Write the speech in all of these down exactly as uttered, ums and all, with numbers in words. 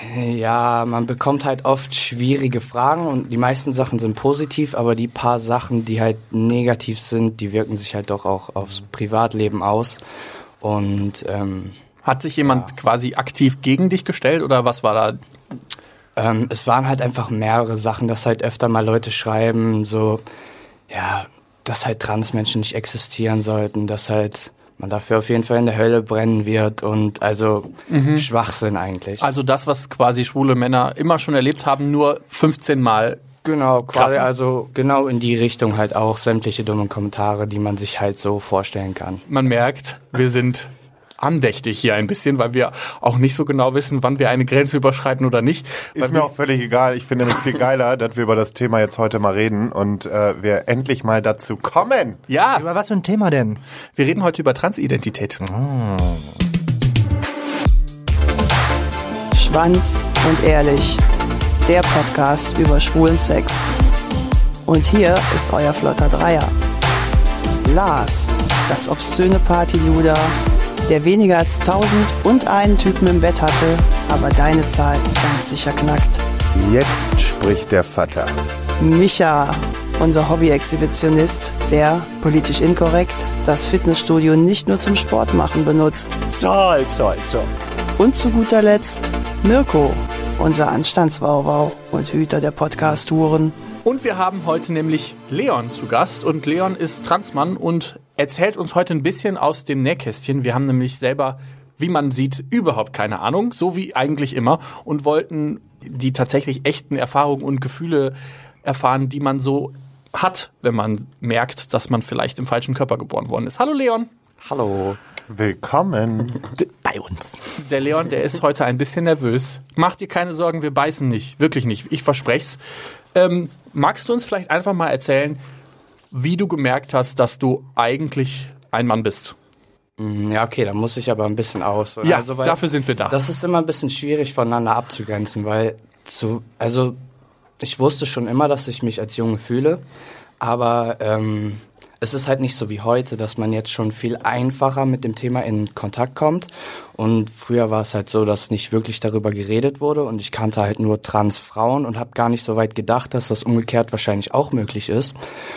Ja, man bekommt halt oft schwierige Fragen und die meisten Sachen sind positiv, aber die paar Sachen, die halt negativ sind, die wirken sich halt doch auch aufs Privatleben aus. Und ähm, hat sich jemand ja. quasi aktiv gegen dich gestellt oder was war da? Ähm, es waren halt einfach mehrere Sachen, dass halt öfter mal Leute schreiben, so, ja, dass halt Transmenschen nicht existieren sollten, dass halt man dafür auf jeden Fall in der Hölle brennen wird und also mhm. Schwachsinn eigentlich. Also das, was quasi schwule Männer immer schon erlebt haben, nur fünfzehn Mal. Genau, quasi also genau in die Richtung halt auch sämtliche dumme Kommentare, die man sich halt so vorstellen kann. Man merkt, wir sind andächtig hier ein bisschen, weil wir auch nicht so genau wissen, wann wir eine Grenze überschreiten oder nicht. Ist mir auch völlig egal. Ich finde nämlich viel geiler, dass wir über das Thema jetzt heute mal reden und äh, wir endlich mal dazu kommen. Ja. Über was für ein Thema denn? Wir reden heute über Transidentität. Oh. Schwanz und ehrlich. Der Podcast über schwulen Sex. Und hier ist euer flotter Dreier. Lars, das obszöne Partyluder, der weniger als tausend und einen Typen im Bett hatte, aber deine Zahl ganz sicher knackt. Jetzt spricht der Vater. Micha, unser Hobby-Exhibitionist, der, politisch inkorrekt, das Fitnessstudio nicht nur zum Sport machen benutzt. Zoll, zoll, zoll. Und zu guter Letzt Mirko, unser Anstandswauwau und Hüter der Podcast-Touren. Und wir haben heute nämlich Leon zu Gast und Leon ist Transmann und erzählt uns heute ein bisschen aus dem Nähkästchen. Wir haben nämlich selber, wie man sieht, überhaupt keine Ahnung, so wie eigentlich immer und wollten die tatsächlich echten Erfahrungen und Gefühle erfahren, die man so hat, wenn man merkt, dass man vielleicht im falschen Körper geboren worden ist. Hallo Leon. Hallo. Willkommen D- bei uns. Der Leon, der ist heute ein bisschen nervös. Mach dir keine Sorgen, wir beißen nicht. Wirklich nicht. Ich versprech's. Ähm, magst du uns vielleicht einfach mal erzählen, wie du gemerkt hast, dass du eigentlich ein Mann bist? Ja, okay, da muss ich aber ein bisschen aus. Ja, also, weil dafür sind wir da. Das ist immer ein bisschen schwierig voneinander abzugrenzen, weil zu, also ich wusste schon immer, dass ich mich als Junge fühle, aber ähm, es ist halt nicht so wie heute, dass man jetzt schon viel einfacher mit dem Thema in Kontakt kommt. Und früher war es halt so, dass nicht wirklich darüber geredet wurde und ich kannte halt nur Transfrauen und habe gar nicht so weit gedacht, dass das umgekehrt wahrscheinlich auch möglich ist.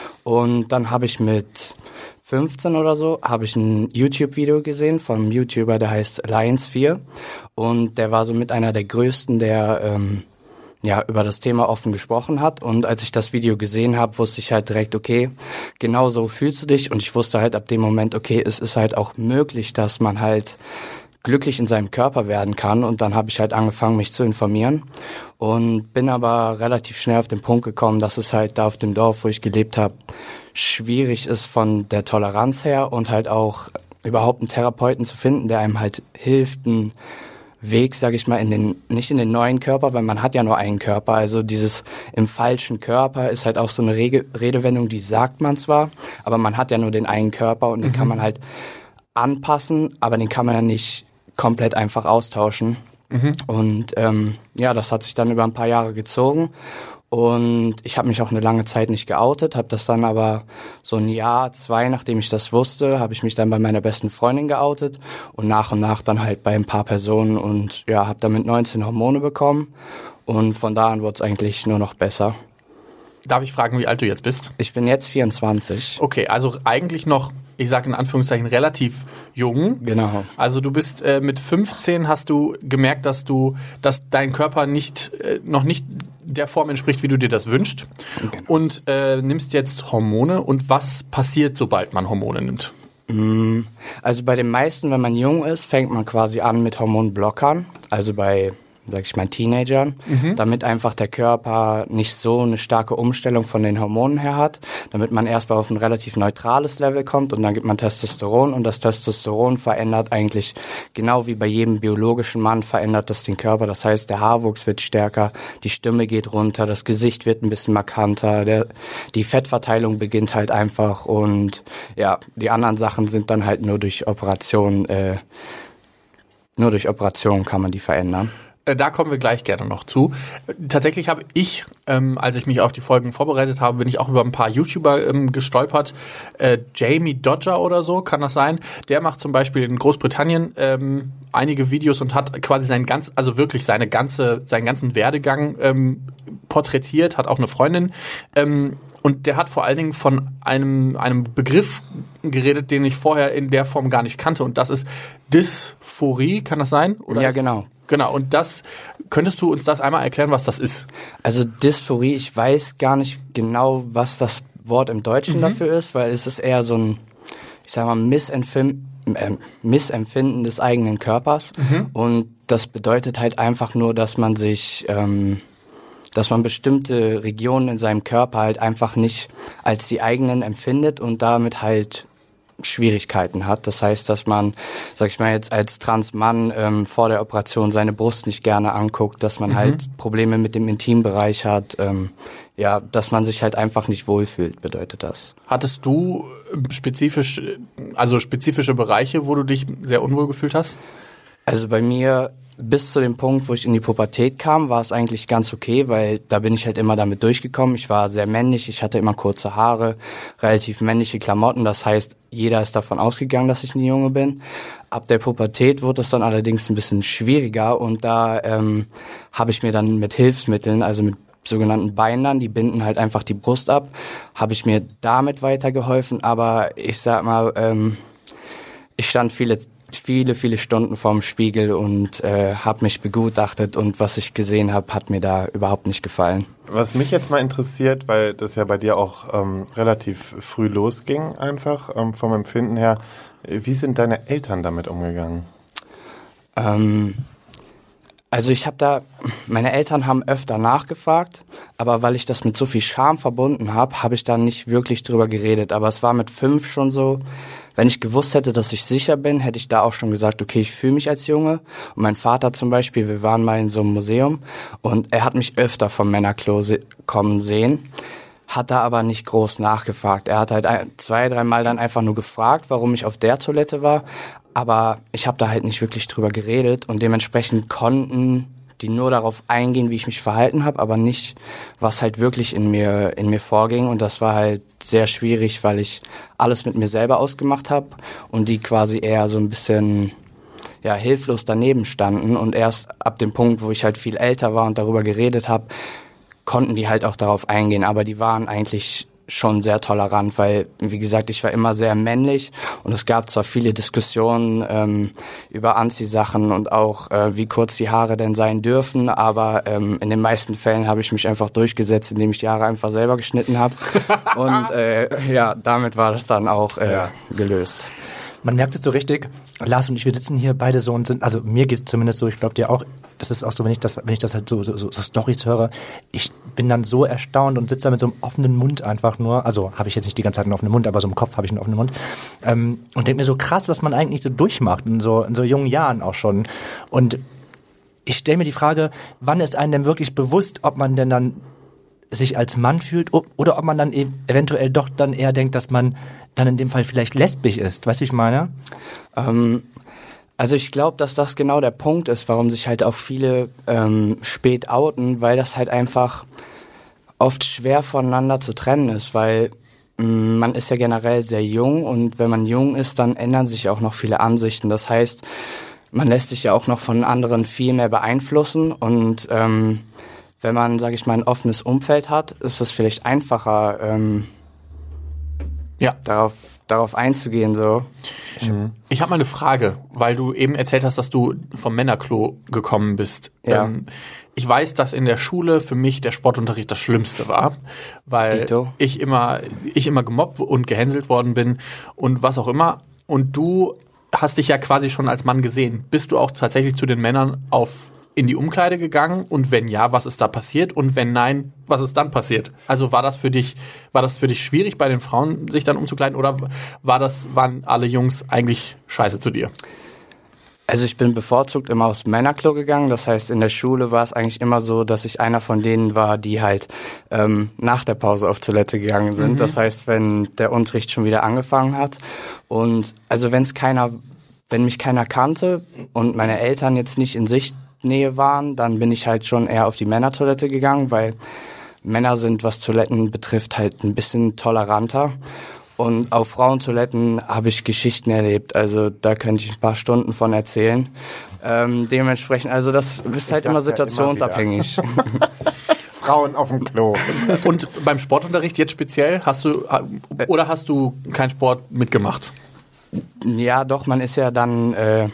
Und dann habe ich mit fünfzehn oder so, habe ich ein YouTube-Video gesehen von einem YouTuber, der heißt Lions vier und der war so mit einer der größten, der ähm, ja über das Thema offen gesprochen hat. Und als ich das Video gesehen habe, wusste ich halt direkt, okay, genau so fühlst du dich. Und ich wusste halt ab dem Moment, okay, es ist halt auch möglich, dass man halt glücklich in seinem Körper werden kann. Und dann habe ich halt angefangen, mich zu informieren und bin aber relativ schnell auf den Punkt gekommen, dass es halt da auf dem Dorf, wo ich gelebt habe, schwierig ist von der Toleranz her und halt auch überhaupt einen Therapeuten zu finden, der einem halt hilft, einen Weg, sage ich mal, in den nicht in den neuen Körper, weil man hat ja nur einen Körper. Also dieses im falschen Körper ist halt auch so eine Rege- Redewendung, die sagt man zwar, aber man hat ja nur den einen Körper und den mhm. kann man halt anpassen, aber den kann man ja nicht komplett einfach austauschen. Mhm. Und ähm, ja, das hat sich dann über ein paar Jahre gezogen. Und ich habe mich auch eine lange Zeit nicht geoutet, habe das dann aber so ein Jahr, zwei, nachdem ich das wusste, habe ich mich dann bei meiner besten Freundin geoutet und nach und nach dann halt bei ein paar Personen und ja, habe dann mit neunzehn Hormone bekommen und von da an wurde es eigentlich nur noch besser. Darf ich fragen, wie alt du jetzt bist? Ich bin jetzt vierundzwanzig. Okay, also eigentlich noch, ich sage in Anführungszeichen, relativ jung. Genau. Also du bist äh, mit fünfzehn hast du gemerkt, dass du, dass dein Körper nicht äh, noch nicht der Form entspricht, wie du dir das wünschst. Genau. Und äh, nimmst jetzt Hormone. Und was passiert, sobald man Hormone nimmt? Also bei den meisten, wenn man jung ist, fängt man quasi an mit Hormonblockern. Also bei sag ich mal, Teenagern, mhm. damit einfach der Körper nicht so eine starke Umstellung von den Hormonen her hat, damit man erstmal auf ein relativ neutrales Level kommt und dann gibt man Testosteron und das Testosteron verändert eigentlich, genau wie bei jedem biologischen Mann, verändert das den Körper. Das heißt, der Haarwuchs wird stärker, die Stimme geht runter, das Gesicht wird ein bisschen markanter, der, die Fettverteilung beginnt halt einfach und ja, die anderen Sachen sind dann halt nur durch Operation, äh, nur durch Operation kann man die verändern. Da kommen wir gleich gerne noch zu. Tatsächlich habe ich, ähm, als ich mich auf die Folgen vorbereitet habe, bin ich auch über ein paar YouTuber ähm, gestolpert. Äh, Jamie Dodger oder so, kann das sein? Der macht zum Beispiel in Großbritannien ähm, einige Videos und hat quasi sein ganz, also wirklich seine ganze, seinen ganzen Werdegang ähm, porträtiert, hat auch eine Freundin. Ähm, und der hat vor allen Dingen von einem, einem Begriff geredet, den ich vorher in der Form gar nicht kannte. Und das ist Dysphorie, kann das sein? Oder ja, genau. Genau, und das, könntest du uns das einmal erklären, was das ist? Also Dysphorie, ich weiß gar nicht genau, was das Wort im Deutschen mhm. dafür ist, weil es ist eher so ein, ich sag mal, Missempfinden, äh, Missempfinden des eigenen Körpers. Mhm. Und das bedeutet halt einfach nur, dass man sich, ähm, dass man bestimmte Regionen in seinem Körper halt einfach nicht als die eigenen empfindet und damit halt Schwierigkeiten hat. Das heißt, dass man, sag ich mal jetzt als Transmann ähm, vor der Operation seine Brust nicht gerne anguckt, dass man mhm. halt Probleme mit dem Intimbereich hat, ähm, ja, dass man sich halt einfach nicht wohlfühlt, bedeutet das. Hattest du spezifisch, also spezifische Bereiche, wo du dich sehr unwohl gefühlt hast? Also bei mir bis zu dem Punkt, wo ich in die Pubertät kam, war es eigentlich ganz okay, weil da bin ich halt immer damit durchgekommen. Ich war sehr männlich, ich hatte immer kurze Haare, relativ männliche Klamotten. Das heißt, jeder ist davon ausgegangen, dass ich ein Junge bin. Ab der Pubertät wurde es dann allerdings ein bisschen schwieriger und da ähm, habe ich mir dann mit Hilfsmitteln, also mit sogenannten Bindern, die binden halt einfach die Brust ab, habe ich mir damit weitergeholfen. Aber ich sag mal, ähm, ich stand viele viele, viele Stunden vorm Spiegel und äh, habe mich begutachtet und was ich gesehen habe, hat mir da überhaupt nicht gefallen. Was mich jetzt mal interessiert, weil das ja bei dir auch ähm, relativ früh losging einfach, ähm, vom Empfinden her, wie sind deine Eltern damit umgegangen? Ähm, also ich habe da, meine Eltern haben öfter nachgefragt, aber weil ich das mit so viel Scham verbunden habe, habe ich da nicht wirklich drüber geredet. Aber es war mit fünf schon so, wenn ich gewusst hätte, dass ich sicher bin, hätte ich da auch schon gesagt, okay, ich fühle mich als Junge. Und mein Vater zum Beispiel, wir waren mal in so einem Museum und er hat mich öfter vom Männerklo se- kommen sehen, hat da aber nicht groß nachgefragt. Er hat halt ein, zwei, dreimal dann einfach nur gefragt, warum ich auf der Toilette war. Aber ich habe da halt nicht wirklich drüber geredet und dementsprechend konnten die nur darauf eingehen, wie ich mich verhalten habe, aber nicht, was halt wirklich in mir in mir vorging. Und das war halt sehr schwierig, weil ich alles mit mir selber ausgemacht habe und die quasi eher so ein bisschen ja hilflos daneben standen. Und erst ab dem Punkt, wo ich halt viel älter war und darüber geredet habe, konnten die halt auch darauf eingehen. Aber die waren eigentlich schon sehr tolerant, weil, wie gesagt, ich war immer sehr männlich und es gab zwar viele Diskussionen ähm, über Anziehsachen und auch, äh, wie kurz die Haare denn sein dürfen, aber ähm, in den meisten Fällen habe ich mich einfach durchgesetzt, indem ich die Haare einfach selber geschnitten habe und äh, ja, damit war das dann auch äh, ja. gelöst. Man merkt es so richtig, Lars und ich, wir sitzen hier beide so und sind, also mir geht es zumindest so, ich glaube dir auch, das ist auch so, wenn ich das, wenn ich das halt so, so, so Storys höre, ich bin dann so erstaunt und sitze da mit so einem offenen Mund einfach nur, also habe ich jetzt nicht die ganze Zeit einen offenen Mund, aber so im Kopf habe ich einen offenen Mund ähm, und denke mir so krass, was man eigentlich so durchmacht in so, in so jungen Jahren auch schon. Und ich stelle mir die Frage, wann ist einem denn wirklich bewusst, ob man denn dann sich als Mann fühlt oder ob man dann e- eventuell doch dann eher denkt, dass man dann in dem Fall vielleicht lesbisch ist. Weißt du, wie ich meine? Ähm, also ich glaube, dass das genau der Punkt ist, warum sich halt auch viele ähm, spät outen, weil das halt einfach oft schwer voneinander zu trennen ist, weil mh, man ist ja generell sehr jung und wenn man jung ist, dann ändern sich auch noch viele Ansichten. Das heißt, man lässt sich ja auch noch von anderen viel mehr beeinflussen und ähm, wenn man, sage ich mal, ein offenes Umfeld hat, ist es vielleicht einfacher, ähm, ja, darauf, darauf einzugehen. So. Mhm. Ich habe mal eine Frage, weil du eben erzählt hast, dass du vom Männerklo gekommen bist. Ja. Ähm, ich weiß, dass in der Schule für mich der Sportunterricht das Schlimmste war, weil Dito. ich immer, ich immer gemobbt und gehänselt worden bin und was auch immer. Und du hast dich ja quasi schon als Mann gesehen. Bist du auch tatsächlich zu den Männern auf in die Umkleide gegangen und wenn ja, was ist da passiert und wenn nein, was ist dann passiert? Also war das für dich, war das für dich schwierig bei den Frauen sich dann umzukleiden oder war das, waren alle Jungs eigentlich scheiße zu dir? Also ich bin bevorzugt immer aufs Männerklo gegangen, das heißt in der Schule war es eigentlich immer so, dass ich einer von denen war, die halt ähm, nach der Pause auf Toilette gegangen sind. Mhm. Das heißt, wenn der Unterricht schon wieder angefangen hat und also wenn es keiner, wenn mich keiner kannte und meine Eltern jetzt nicht in Sicht Toilettennähe waren, dann bin ich halt schon eher auf die Männertoilette gegangen, weil Männer sind, was Toiletten betrifft, halt ein bisschen toleranter. Und auf Frauentoiletten habe ich Geschichten erlebt, also da könnte ich ein paar Stunden von erzählen. Ähm, dementsprechend, also das ist halt immer situationsabhängig. Ja immer Frauen auf dem Klo. Und beim Sportunterricht jetzt speziell, hast du oder hast du keinen Sport mitgemacht? Ja, doch, man ist ja dann äh,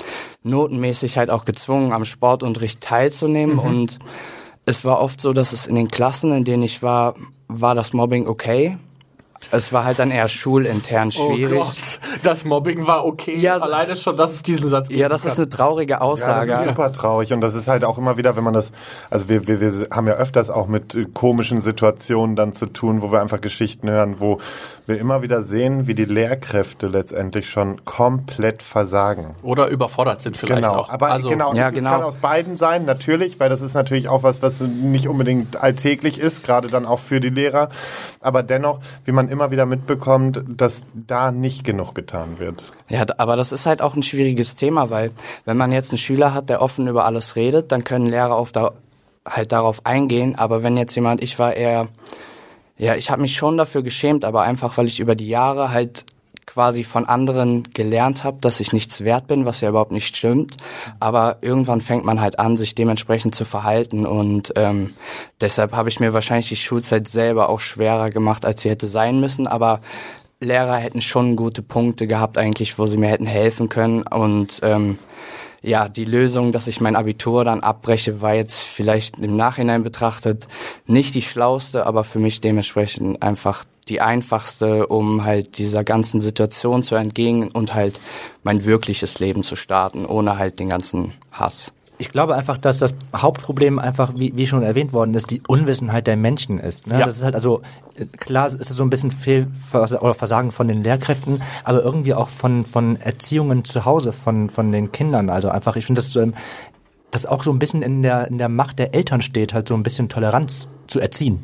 notenmäßig halt auch gezwungen, am Sportunterricht teilzunehmen. Mhm. Und es war oft so, dass es in den Klassen, in denen ich war, war das Mobbing okay. Es war halt dann eher schulintern schwierig. Oh Gott, das Mobbing war okay. Ja, alleine schon, dass es diesen Satz gibt. Ja, das ist eine traurige Aussage. Ja, das ist super traurig und das ist halt auch immer wieder, wenn man das, also wir, wir, wir haben ja öfters auch mit komischen Situationen dann zu tun, wo wir einfach Geschichten hören, wo wir immer wieder sehen, wie die Lehrkräfte letztendlich schon komplett versagen. Oder überfordert sind vielleicht genau, auch. Aber also, genau, ja, das genau. kann aus beiden sein, natürlich, weil das ist natürlich auch was, was nicht unbedingt alltäglich ist, gerade dann auch für die Lehrer. Aber dennoch, wie man immer wieder mitbekommt, dass da nicht genug getan wird. Ja, aber das ist halt auch ein schwieriges Thema, weil wenn man jetzt einen Schüler hat, der offen über alles redet, dann können Lehrer auf da, halt darauf eingehen. Aber wenn jetzt jemand, ich war eher, ja, ich habe mich schon dafür geschämt, aber einfach, weil ich über die Jahre halt quasi von anderen gelernt habe, dass ich nichts wert bin, was ja überhaupt nicht stimmt. Aber irgendwann fängt man halt an, sich dementsprechend zu verhalten und ähm, deshalb habe ich mir wahrscheinlich die Schulzeit selber auch schwerer gemacht, als sie hätte sein müssen. Aber Lehrer hätten schon gute Punkte gehabt eigentlich, wo sie mir hätten helfen können und ähm, ja, die Lösung, dass ich mein Abitur dann abbreche, war jetzt vielleicht im Nachhinein betrachtet nicht die schlauste, aber für mich dementsprechend einfach die einfachste, um halt dieser ganzen Situation zu entgehen und halt mein wirkliches Leben zu starten, ohne halt den ganzen Hass. Ich glaube einfach, dass das Hauptproblem einfach, wie, wie schon erwähnt worden ist, die Unwissenheit der Menschen ist. Ne? Ja. Das ist halt also, klar ist es so ein bisschen Fehl oder Versagen von den Lehrkräften, aber irgendwie auch von, von Erziehungen zu Hause, von, von den Kindern. Also einfach, ich finde, dass ähm, das auch so ein bisschen in der, in der Macht der Eltern steht, halt so ein bisschen Toleranz zu erziehen.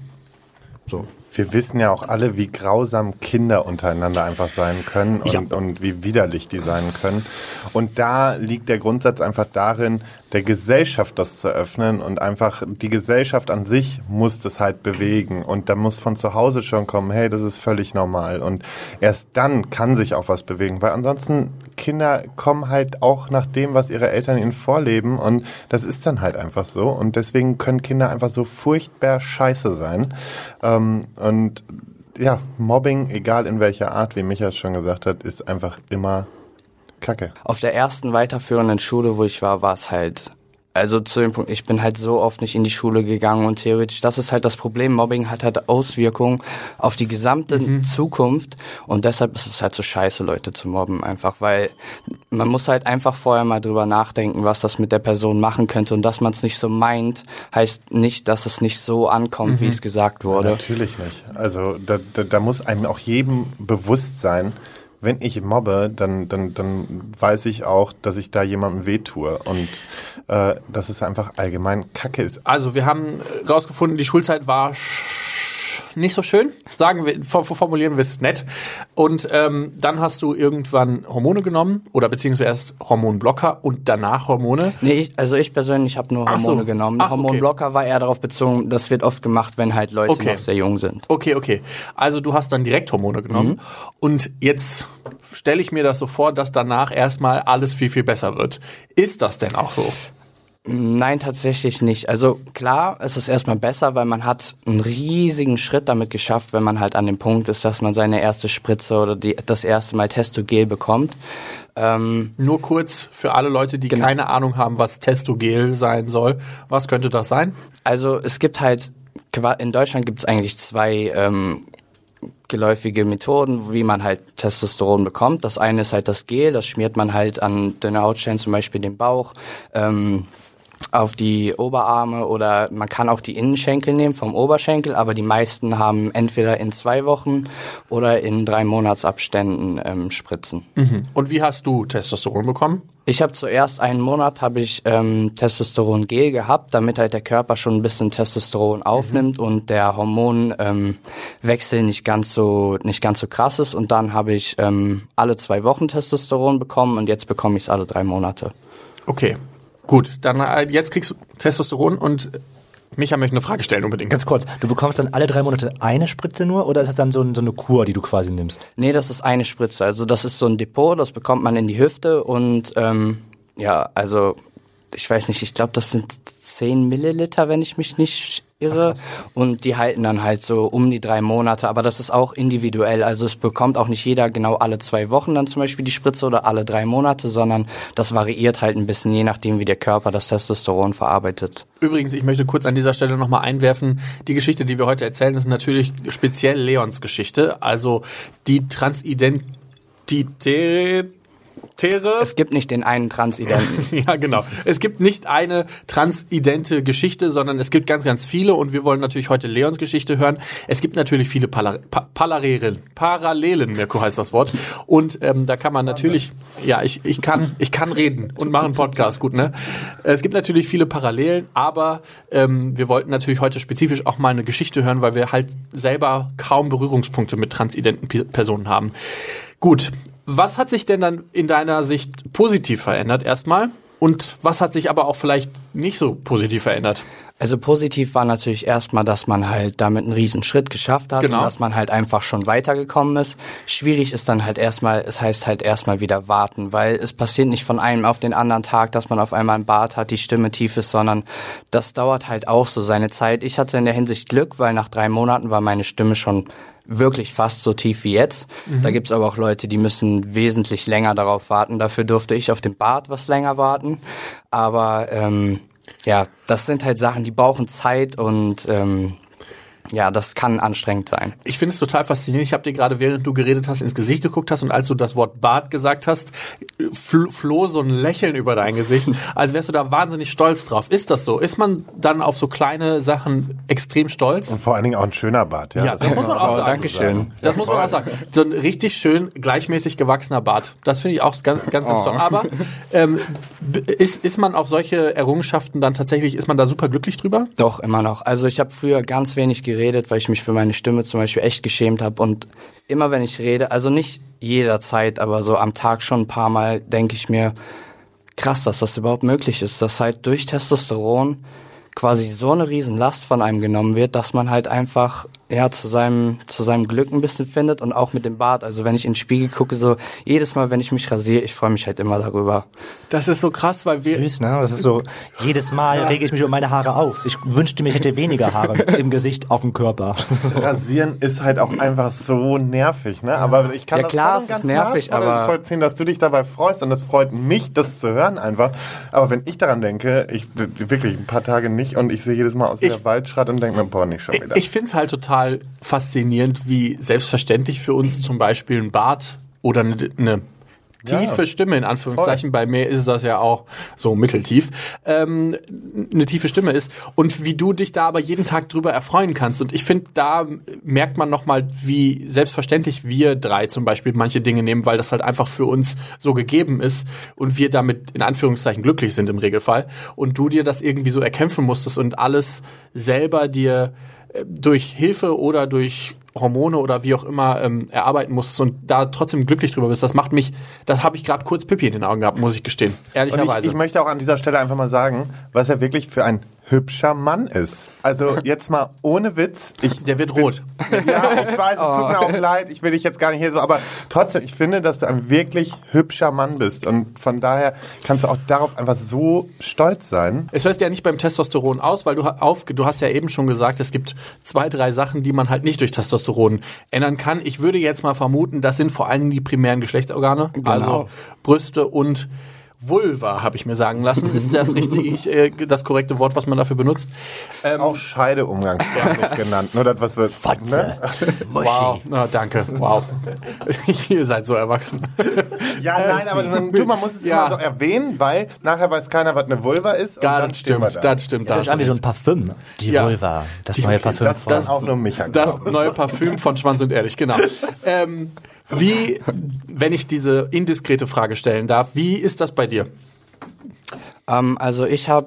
So. Wir wissen ja auch alle, wie grausam Kinder untereinander einfach sein können und, ja. und wie widerlich die sein können. Und da liegt der Grundsatz einfach darin, der Gesellschaft das zu öffnen und einfach die Gesellschaft an sich muss das halt bewegen und da muss von zu Hause schon kommen, hey, das ist völlig normal und erst dann kann sich auch was bewegen, weil ansonsten Kinder kommen halt auch nach dem, was ihre Eltern ihnen vorleben und das ist dann halt einfach so und deswegen können Kinder einfach so furchtbar scheiße sein ähm, und ja, Mobbing, egal in welcher Art, wie Micha schon gesagt hat, ist einfach immer Kacke. Auf der ersten weiterführenden Schule, wo ich war, war es halt, also zu dem Punkt, ich bin halt so oft nicht in die Schule gegangen und theoretisch, das ist halt das Problem, Mobbing hat halt Auswirkungen auf die gesamte mhm. Zukunft und deshalb ist es halt so scheiße, Leute zu mobben einfach, weil man muss halt einfach vorher mal drüber nachdenken, was das mit der Person machen könnte und dass man es nicht so meint, heißt nicht, dass es nicht so ankommt, mhm. wie es gesagt wurde. Ja, natürlich nicht. Also da, da, da muss einem auch jedem bewusst sein, wenn ich mobbe, dann, dann, dann weiß ich auch, dass ich da jemandem wehtue und äh, dass es einfach allgemein Kacke ist. Also wir haben rausgefunden, die Schulzeit war nicht so schön, sagen wir, formulieren wir es nett. Und ähm, dann hast du irgendwann Hormone genommen oder beziehungsweise erst Hormonblocker und danach Hormone? Nee, ich, also ich persönlich habe nur Hormone so. genommen. Ach, Hormonblocker okay. war eher darauf bezogen, das wird oft gemacht, wenn halt Leute okay. noch sehr jung sind. Okay, okay. Also du hast dann direkt Hormone genommen mhm. und jetzt stelle ich mir das so vor, dass danach erstmal alles viel, viel besser wird. Ist das denn auch so? Nein, tatsächlich nicht. Also klar, es ist erstmal besser, weil man hat einen riesigen Schritt damit geschafft, wenn man halt an dem Punkt ist, dass man seine erste Spritze oder die, das erste Mal Testogel bekommt. Ähm, Nur kurz für alle Leute, die genau. keine Ahnung haben, was Testogel sein soll. Was könnte das sein? Also es gibt halt, in Deutschland gibt es eigentlich zwei ähm, geläufige Methoden, wie man halt Testosteron bekommt. Das eine ist halt das Gel, das schmiert man halt an dünne Hautstellen, zum Beispiel den Bauch, ähm, auf die Oberarme oder man kann auch die Innenschenkel nehmen vom Oberschenkel, aber die meisten haben entweder in zwei Wochen oder in drei Monatsabständen ähm, Spritzen. Mhm. Und wie hast du Testosteron bekommen? Ich habe zuerst einen Monat habe ich ähm, Testosteron-Gel gehabt, damit halt der Körper schon ein bisschen Testosteron aufnimmt mhm. und der Hormonwechsel ähm, nicht ganz so nicht ganz so krass ist. Und dann habe ich ähm, alle zwei Wochen Testosteron bekommen und jetzt bekomme ich es alle drei Monate. Okay. Gut, dann äh, jetzt kriegst du Testosteron und Micha möchte eine Frage stellen unbedingt. Ganz kurz, du bekommst dann alle drei Monate eine Spritze nur oder ist es dann so, ein, so eine Kur, die du quasi nimmst? Nee, das ist eine Spritze. Also das ist so ein Depot, das bekommt man in die Hüfte und ähm, ja, also ich weiß nicht, ich glaube, das sind zehn Milliliter, wenn ich mich nicht irre. Ach, und die halten dann halt so um die drei Monate. Aber das ist auch individuell. Also es bekommt auch nicht jeder genau alle zwei Wochen dann zum Beispiel die Spritze oder alle drei Monate, sondern das variiert halt ein bisschen, je nachdem, wie der Körper das Testosteron verarbeitet. Übrigens, ich möchte kurz an dieser Stelle nochmal einwerfen, die Geschichte, die wir heute erzählen, ist natürlich speziell Leons Geschichte. Also die Transidentität... Es gibt nicht den einen Transidenten. Ja, genau. Es gibt nicht eine transidente Geschichte, sondern es gibt ganz, ganz viele und wir wollen natürlich heute Leons Geschichte hören. Es gibt natürlich viele Pala- pa- Parallelen, Parallelen, Mirko heißt das Wort. Und ähm, da kann man natürlich, ja, ich, ich kann ich kann reden und mache einen Podcast, gut, ne? Es gibt natürlich viele Parallelen, aber ähm, wir wollten natürlich heute spezifisch auch mal eine Geschichte hören, weil wir halt selber kaum Berührungspunkte mit transidenten P- Personen haben. Gut. Was hat sich denn dann in deiner Sicht positiv verändert erstmal? Und was hat sich aber auch vielleicht nicht so positiv verändert? Also positiv war natürlich erstmal, dass man halt damit einen riesen Schritt geschafft hat, genau, und dass man halt einfach schon weitergekommen ist. Schwierig ist dann halt erstmal, es heißt halt erstmal wieder warten, weil es passiert nicht von einem auf den anderen Tag, dass man auf einmal einen Bart hat, die Stimme tief ist, sondern das dauert halt auch so seine Zeit. Ich hatte in der Hinsicht Glück, weil nach drei Monaten war meine Stimme schon wirklich fast so tief wie jetzt. Mhm. Da gibt's aber auch Leute, die müssen wesentlich länger darauf warten. Dafür durfte ich auf den Bart was länger warten. Aber ähm, ja, das sind halt Sachen, die brauchen Zeit und ähm, ja, das kann anstrengend sein. Ich finde es total faszinierend. Ich habe dir gerade, während du geredet hast, ins Gesicht geguckt hast und als du das Wort Bart gesagt hast, fl- floh so ein Lächeln über dein Gesicht, als wärst du da wahnsinnig stolz drauf. Ist das so? Ist man dann auf so kleine Sachen extrem stolz? Und vor allen Dingen auch ein schöner Bart. Ja, ja das, das muss man auch sagen. Dankeschön. Das muss man auch sagen. So ein richtig schön gleichmäßig gewachsener Bart. Das finde ich auch ganz, ganz, ganz toll. Aber ähm, ist, ist man auf solche Errungenschaften dann tatsächlich, ist man da super glücklich drüber? Doch, immer noch. Also ich habe früher ganz wenig geredet, weil ich mich für meine Stimme zum Beispiel echt geschämt habe. Und immer wenn ich rede, also nicht jederzeit, aber so am Tag schon ein paar Mal, denke ich mir, krass, dass das überhaupt möglich ist, dass halt durch Testosteron quasi so eine Riesenlast von einem genommen wird, dass man halt einfach ja zu seinem zu seinem Glück ein bisschen findet und auch mit dem Bart. Also wenn ich in den Spiegel gucke, so jedes Mal, wenn ich mich rasiere, ich freue mich halt immer darüber. Das ist so krass, weil wir... Süß, ne? Das ist so, jedes Mal rege ich mich über meine Haare auf. Ich wünschte mir, ich hätte weniger Haare im Gesicht, auf dem Körper. Rasieren ist halt auch einfach so nervig, ne? Aber ich kann ja, das klar, voll es ist nervig, aber vollziehen, dass du dich dabei freust und es freut mich, das zu hören einfach. Aber wenn ich daran denke, ich wirklich ein paar Tage nicht und ich sehe jedes Mal aus wie der Waldschrat und denke mir, boah, nicht schon wieder. Ich finde es halt total faszinierend, wie selbstverständlich für uns zum Beispiel ein Bart oder eine, eine tiefe ja, Stimme, in Anführungszeichen, voll. Bei mir ist das ja auch so mitteltief, ähm, eine tiefe Stimme ist und wie du dich da aber jeden Tag drüber erfreuen kannst. Und ich finde, da merkt man nochmal, wie selbstverständlich wir drei zum Beispiel manche Dinge nehmen, weil das halt einfach für uns so gegeben ist und wir damit in Anführungszeichen glücklich sind im Regelfall und du dir das irgendwie so erkämpfen musstest und alles selber dir durch Hilfe oder durch Hormone oder wie auch immer ähm, erarbeiten musstest und da trotzdem glücklich drüber bist. Das macht mich, das habe ich gerade kurz Pipi in den Augen gehabt, muss ich gestehen. Ehrlicherweise. Und ich, ich möchte auch an dieser Stelle einfach mal sagen, was er wirklich für ein hübscher Mann ist. Also jetzt mal ohne Witz. Ich Der wird rot. Bin, ja, ich weiß, es tut mir auch leid. Ich will dich jetzt gar nicht hier so, aber trotzdem, ich finde, dass du ein wirklich hübscher Mann bist und von daher kannst du auch darauf einfach so stolz sein. Es hört ja nicht beim Testosteron aus, weil du auf, du hast ja eben schon gesagt, es gibt zwei, drei Sachen, die man halt nicht durch Testosteron ändern kann. Ich würde jetzt mal vermuten, das sind vor allem die primären Geschlechtsorgane, genau. Also Brüste und Vulva, habe ich mir sagen lassen. Ist das richtig, äh, das korrekte Wort, was man dafür benutzt? Ähm, auch Scheide umgangssprachlich genannt. Nur das, was wird... Fotze. Ne? Wow, na, danke. Wow. Ihr seid so erwachsen. Ja, nein, aber man, du, man muss es ja immer so erwähnen, weil nachher weiß keiner, was eine Vulva ist. Und ja, dann das stimmt, da. das stimmt. Das ist an wie so ein Parfüm, die ja. Vulva. Das die, neue Parfüm. Das, von das auch nur Micha. Das neue Parfüm von Schwanz und Ehrlich, genau. ähm, wie, wenn ich diese indiskrete Frage stellen darf, wie ist das bei dir? Ähm, also ich habe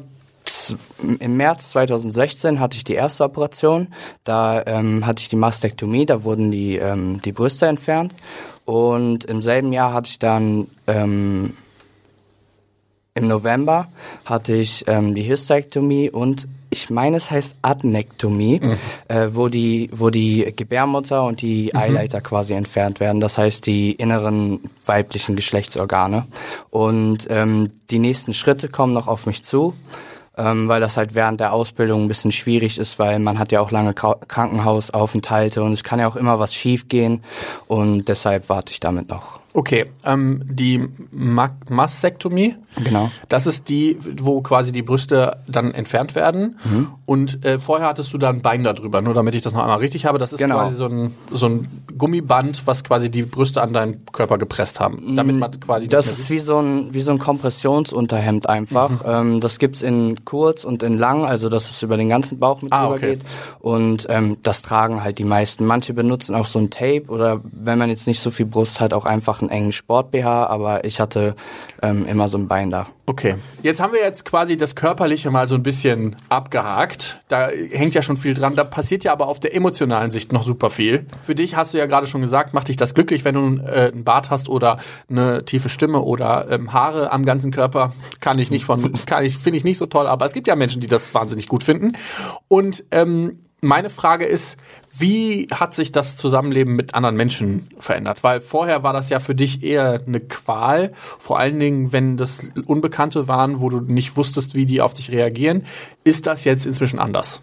im März zweitausendsechzehn hatte ich die erste Operation. Da ähm, hatte ich die Mastektomie, da wurden die, ähm, die Brüste entfernt. Und im selben Jahr hatte ich dann ähm, im November hatte ich ähm, die Hysterektomie und ich meine, es heißt Adnektomie, mhm. äh, wo die wo die Gebärmutter und die mhm. Eileiter quasi entfernt werden. Das heißt, die inneren weiblichen Geschlechtsorgane. Und ähm, die nächsten Schritte kommen noch auf mich zu, ähm, weil das halt während der Ausbildung ein bisschen schwierig ist, weil man hat ja auch lange Ka- Krankenhausaufenthalte und es kann ja auch immer was schief gehen. Und deshalb warte ich damit noch. Okay, ähm, die Ma- Mastektomie, genau. Das ist die, wo quasi die Brüste dann entfernt werden. Mhm. Und äh, vorher hattest du da ein Bein da drüber, nur damit ich das noch einmal richtig habe. Das ist genau. quasi so ein, so ein Gummiband, was quasi die Brüste an deinen Körper gepresst haben. Damit man quasi das ist wie so ein wie so ein Kompressionsunterhemd einfach. Mhm. Ähm, das gibt's in kurz und in lang, also dass es über den ganzen Bauch mit ah, drüber okay. geht. Und ähm, das tragen halt die meisten. Manche benutzen auch so ein Tape oder wenn man jetzt nicht so viel Brust hat, auch einfach einen engen Sport-B H, aber ich hatte ähm, immer so ein Bein da. Okay. Jetzt haben wir jetzt quasi das Körperliche mal so ein bisschen abgehakt. Da hängt ja schon viel dran. Da passiert ja aber auf der emotionalen Sicht noch super viel. Für dich hast du ja gerade schon gesagt, macht dich das glücklich, wenn du äh, einen Bart hast oder eine tiefe Stimme oder ähm, Haare am ganzen Körper. Kann ich nicht von, kann ich, finde ich nicht so toll, aber es gibt ja Menschen, die das wahnsinnig gut finden. Und ähm, meine Frage ist, wie hat sich das Zusammenleben mit anderen Menschen verändert? Weil vorher war das ja für dich eher eine Qual, vor allen Dingen, wenn das Unbekannte waren, wo du nicht wusstest, wie die auf dich reagieren. Ist das jetzt inzwischen anders?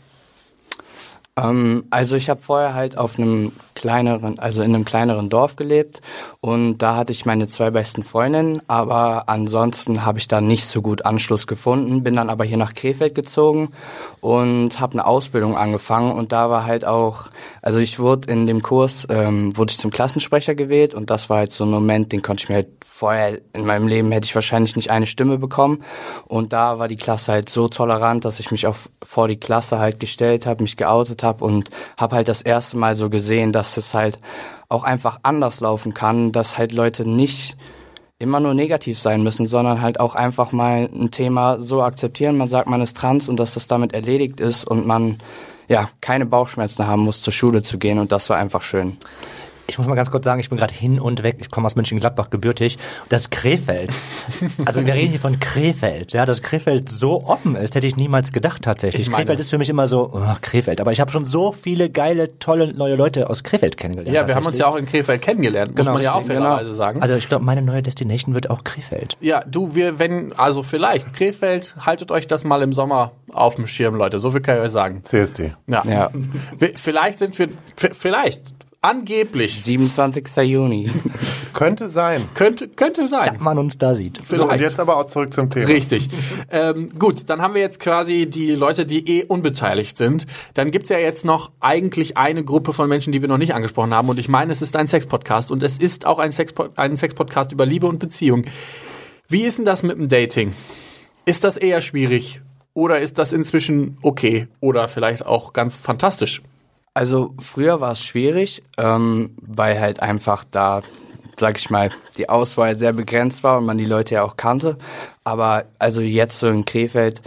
Ähm, also ich habe vorher halt auf einem kleineren, also in einem kleineren Dorf gelebt und da hatte ich meine zwei besten Freundinnen, aber ansonsten habe ich da nicht so gut Anschluss gefunden, bin dann aber hier nach Krefeld gezogen und habe eine Ausbildung angefangen und da war halt auch, also ich wurde in dem Kurs, ähm, wurde ich zum Klassensprecher gewählt und das war halt so ein Moment, den konnte ich mir halt vorher in meinem Leben hätte ich wahrscheinlich nicht eine Stimme bekommen und da war die Klasse halt so tolerant, dass ich mich auch vor die Klasse halt gestellt habe, mich geoutet habe und habe halt das erste Mal so gesehen, dass es halt auch einfach anders laufen kann, dass halt Leute nicht immer nur negativ sein müssen, sondern halt auch einfach mal ein Thema so akzeptieren, man sagt, man ist trans und dass das damit erledigt ist und man ja keine Bauchschmerzen haben muss, zur Schule zu gehen und das war einfach schön. Ich muss mal ganz kurz sagen, ich bin gerade hin und weg. Ich komme aus Mönchengladbach gebürtig. Das ist Krefeld. Also wir reden hier von Krefeld. Ja, dass Krefeld so offen ist, hätte ich niemals gedacht tatsächlich. Ich meine, Krefeld ist für mich immer so, oh, Krefeld. Aber ich habe schon so viele geile, tolle, neue Leute aus Krefeld kennengelernt. Ja, wir haben uns ja auch in Krefeld kennengelernt, muss genau, man ja auch fairerweise genau. sagen. Also ich glaube, meine neue Destination wird auch Krefeld. Ja, du, wir, wenn, also vielleicht, Krefeld, haltet euch das mal im Sommer auf dem Schirm, Leute. So viel kann ich euch sagen. C S D. Ja. Ja. Vielleicht sind wir, vielleicht, angeblich. siebenundzwanzigster Juni. Könnte sein. Könnte, könnte sein. Wenn man uns da sieht. So, und jetzt aber auch zurück zum Thema. Richtig. Ähm, gut, dann haben wir jetzt quasi die Leute, die eh unbeteiligt sind. Dann gibt's ja jetzt noch eigentlich eine Gruppe von Menschen, die wir noch nicht angesprochen haben. Und ich meine, es ist ein Sex-Podcast. Und es ist auch ein Sex- ein Sex-Podcast über Liebe und Beziehung. Wie ist denn das mit dem Dating? Ist das eher schwierig? Oder ist das inzwischen okay? Oder vielleicht auch ganz fantastisch? Also früher war es schwierig, ähm, weil halt einfach da, sag ich mal, die Auswahl sehr begrenzt war und man die Leute ja auch kannte. Aber also jetzt so in Krefeld,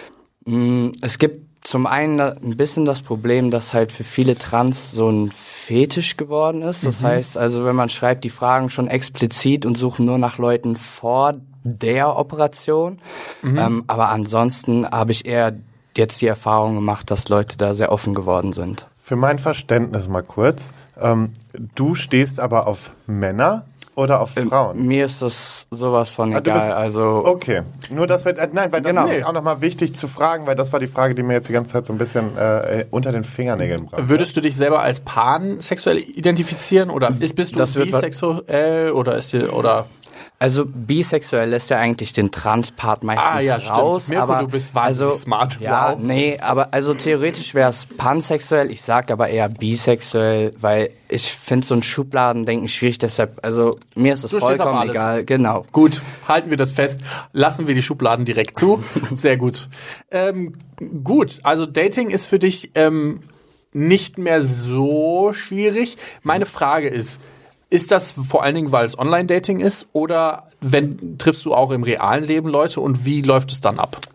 mh, es gibt zum einen ein bisschen das Problem, dass halt für viele Trans so ein Fetisch geworden ist. Das mhm. heißt, also wenn man schreibt, die fragen schon explizit und suchen nur nach Leuten vor der Operation. Mhm. Ähm, aber ansonsten habe ich eher jetzt die Erfahrung gemacht, dass Leute da sehr offen geworden sind. Für mein Verständnis mal kurz. Ähm, du stehst aber auf Männer oder auf Frauen? Ähm, mir ist das sowas von ah, egal. Bist, also okay. Nur das wird, äh, nein, weil das genau. ist auch nochmal wichtig zu fragen, weil das war die Frage, die mir jetzt die ganze Zeit so ein bisschen äh, unter den Fingernägeln brach. Würdest du dich selber als pansexuell identifizieren oder ist, bist du das bisexuell oder ist dir, oder? Also bisexuell lässt ja eigentlich den Trans-Part meistens ah, ja, raus. Stimmt. Mirko, aber du bist wahnsinnig also, smart. Ja, wow. nee, aber also theoretisch wäre es pansexuell. Ich sag aber eher bisexuell, weil ich finde so ein Schubladendenken schwierig. Deshalb, also mir ist es vollkommen egal. Genau. Gut, halten wir das fest. Lassen wir die Schubladen direkt zu. Sehr gut. Ähm, gut, also Dating ist für dich ähm, nicht mehr so schwierig. Meine Frage ist, ist das vor allen Dingen, weil es Online-Dating ist oder wenn triffst du auch im realen Leben Leute und wie läuft es dann ab?